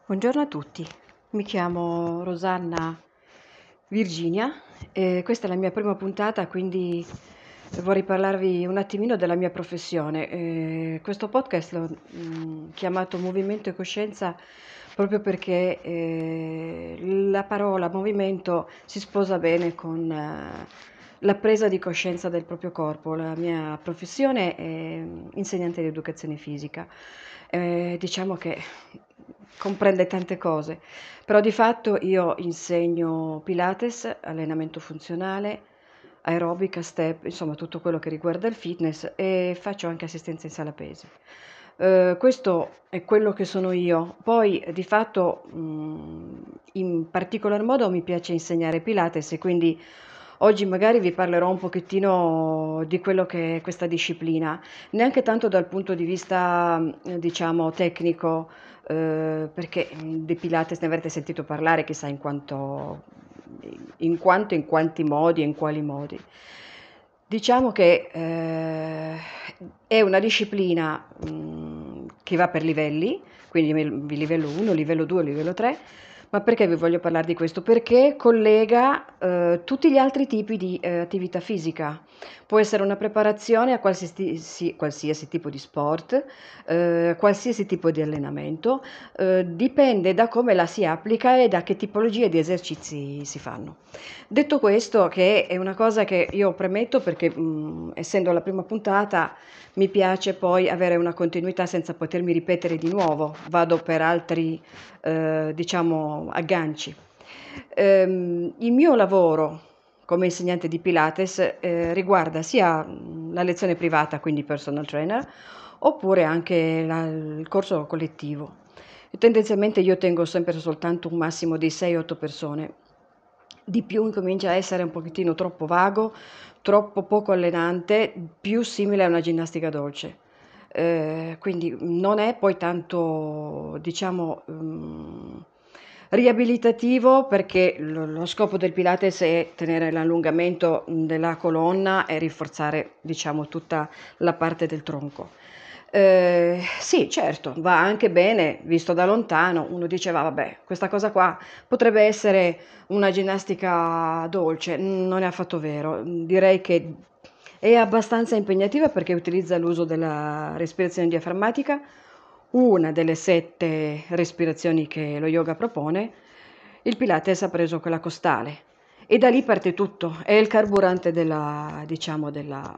Buongiorno a tutti, mi chiamo Rosanna Virginia e questa è la mia prima puntata, quindi vorrei parlarvi un attimino della mia professione. Questo podcast l'ho chiamato Movimento e Coscienza proprio perché la parola movimento si sposa bene con la presa di coscienza del proprio corpo. La mia professione è insegnante di educazione fisica. Diciamo che comprende tante cose, però di fatto io insegno Pilates, allenamento funzionale, aerobica, step, insomma tutto quello che riguarda il fitness e faccio anche assistenza in sala pesi. Questo è quello che sono io. Poi di fatto in particolar modo mi piace insegnare Pilates e quindi oggi magari vi parlerò un pochettino di quello che è questa disciplina, neanche tanto dal punto di vista, diciamo, tecnico, perché di Pilates ne avrete sentito parlare chissà in quanti modi e in quali modi. Diciamo che è una disciplina che va per livelli, quindi livello 1, livello 2, livello 3. Ma perché vi voglio parlare di questo? Perché collega tutti gli altri tipi di attività fisica. Può essere una preparazione a qualsiasi tipo di sport, qualsiasi tipo di allenamento, dipende da come la si applica e da che tipologie di esercizi si fanno. Detto questo, che è una cosa che io premetto perché essendo la prima puntata mi piace poi avere una continuità senza potermi ripetere di nuovo, vado per altri diciamo agganci. Il mio lavoro come insegnante di Pilates riguarda sia la lezione privata, quindi personal trainer, oppure anche il corso collettivo. E tendenzialmente io tengo sempre soltanto un massimo di 6-8 persone. Di più incomincia a essere un pochettino troppo vago, troppo poco allenante, più simile a una ginnastica dolce. Quindi non è poi tanto, diciamo, riabilitativo perché lo scopo del Pilates è tenere l'allungamento della colonna e rinforzare, diciamo, tutta la parte del tronco. Sì, certo, va anche bene visto da lontano, uno diceva, vabbè, questa cosa qua potrebbe essere una ginnastica dolce, non è affatto vero. Direi che è abbastanza impegnativa perché utilizza l'uso della respirazione diaframmatica, una delle 7 respirazioni che lo yoga propone. Il Pilates ha preso quella costale e da lì parte tutto, è il carburante della, diciamo,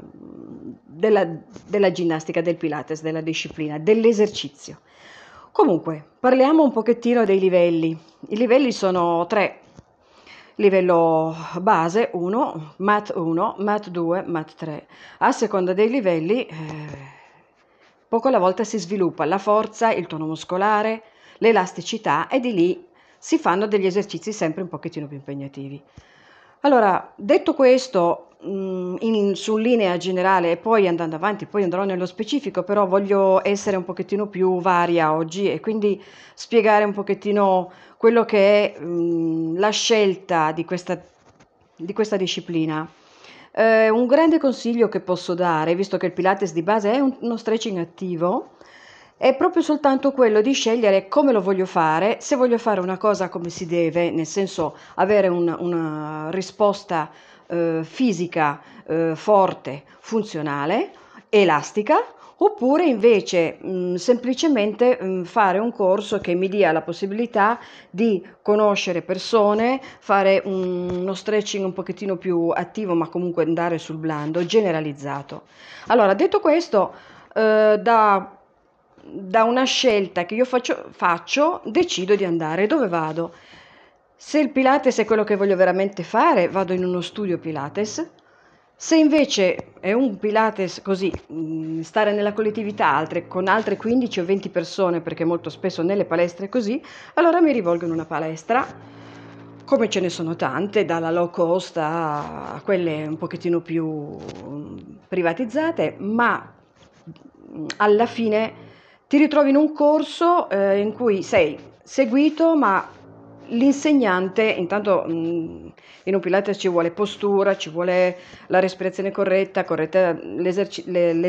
della ginnastica, del Pilates, della disciplina, dell'esercizio. Comunque, parliamo un pochettino dei livelli. I livelli sono 3. Livello base 1, MAT 1, MAT 2, MAT 3. A seconda dei livelli, poco alla volta si sviluppa la forza, il tono muscolare, l'elasticità e di lì si fanno degli esercizi sempre un pochettino più impegnativi. Allora, detto questo, su linea generale e poi andando avanti, poi andrò nello specifico, però voglio essere un pochettino più varia oggi e quindi spiegare un pochettino quello che è la scelta di questa disciplina. Un grande consiglio che posso dare, visto che il Pilates di base è uno stretching attivo, è proprio soltanto quello di scegliere come lo voglio fare, se voglio fare una cosa come si deve, nel senso avere una risposta fisica forte, funzionale, elastica, oppure invece semplicemente fare un corso che mi dia la possibilità di conoscere persone, fare uno stretching un pochettino più attivo, ma comunque andare sul blando, generalizzato. Allora, detto questo, da una scelta che io faccio, decido di andare. Dove vado? Se il Pilates è quello che voglio veramente fare, vado in uno studio Pilates. Se invece è un Pilates così, stare nella collettività con altre 15 o 20 persone, perché molto spesso nelle palestre è così, allora mi rivolgo in una palestra, come ce ne sono tante, dalla low cost a quelle un pochettino più privatizzate, ma alla fine ti ritrovi in un corso in cui sei seguito, ma l'insegnante, intanto in un Pilates ci vuole postura, ci vuole la respirazione corretta,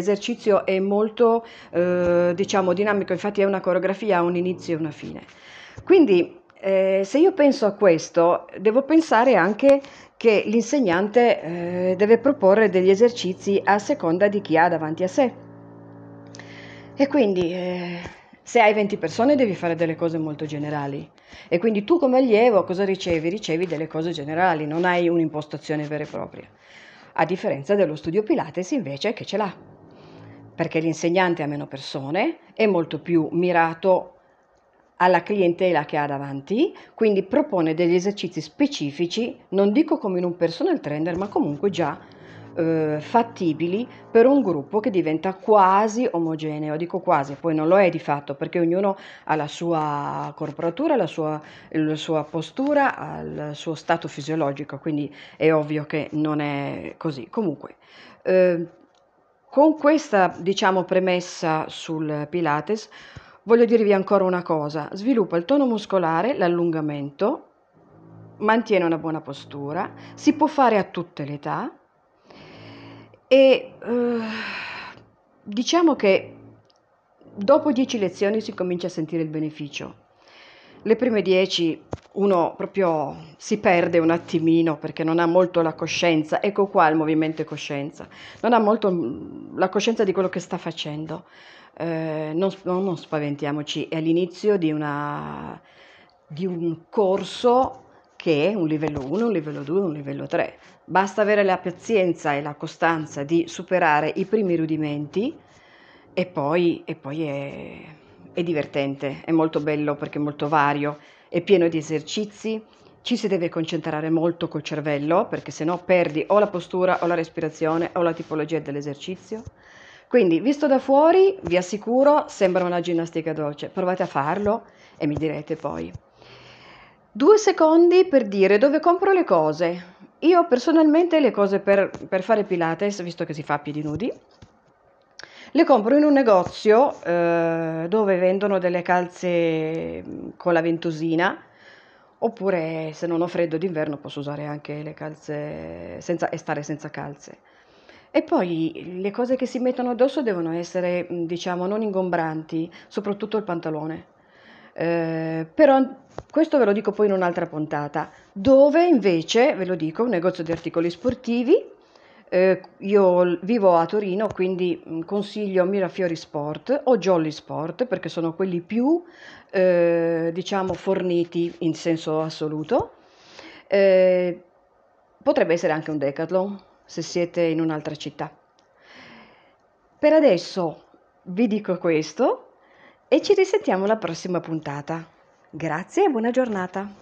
l'esercizio è molto diciamo dinamico, infatti è una coreografia, ha un inizio e una fine. Quindi se io penso a questo, devo pensare anche che l'insegnante deve proporre degli esercizi a seconda di chi ha davanti a sé. E quindi se hai 20 persone devi fare delle cose molto generali. E quindi tu come allievo cosa ricevi? Ricevi delle cose generali, non hai un'impostazione vera e propria. A differenza dello studio Pilates invece che ce l'ha, perché l'insegnante ha meno persone, è molto più mirato alla clientela che ha davanti, quindi propone degli esercizi specifici, non dico come in un personal trainer, ma comunque già fattibili per un gruppo che diventa quasi omogeneo. Dico quasi, poi non lo è di fatto, perché ognuno ha la sua corporatura, la sua postura, ha il suo stato fisiologico, quindi è ovvio che non è così. Comunque, eh, con questa, diciamo, premessa sul Pilates, voglio dirvi ancora una cosa: sviluppa il tono muscolare, l'allungamento, mantiene una buona postura, si può fare a tutte le età e diciamo che dopo 10 lezioni si comincia a sentire il beneficio. Le prime 10 uno proprio si perde un attimino perché non ha molto la coscienza, ecco qua il movimento e coscienza, non ha molto la coscienza di quello che sta facendo. Non spaventiamoci, è all'inizio di un corso che è un livello 1, un livello 2, un livello 3. Basta avere la pazienza e la costanza di superare i primi rudimenti e poi è divertente, è molto bello perché è molto vario, è pieno di esercizi, ci si deve concentrare molto col cervello perché sennò perdi o la postura o la respirazione o la tipologia dell'esercizio. Quindi, visto da fuori, vi assicuro, sembra una ginnastica dolce. Provate a farlo e mi direte poi. 2 secondi per dire dove compro le cose. Io personalmente le cose per fare Pilates, visto che si fa a piedi nudi, le compro in un negozio dove vendono delle calze con la ventosina, oppure se non ho freddo d'inverno posso usare anche le calze senza, e stare senza calze. E poi le cose che si mettono addosso devono essere, diciamo, non ingombranti, soprattutto il pantalone. Però questo ve lo dico poi in un'altra puntata, dove invece, ve lo dico, un negozio di articoli sportivi. Io vivo a Torino, quindi consiglio Mirafiori Sport o Jolly Sport perché sono quelli più, diciamo, forniti in senso assoluto. Eh, Potrebbe essere anche un Decathlon se siete in un'altra città. Per adesso vi dico questo e ci risentiamo alla prossima puntata. Grazie e buona giornata.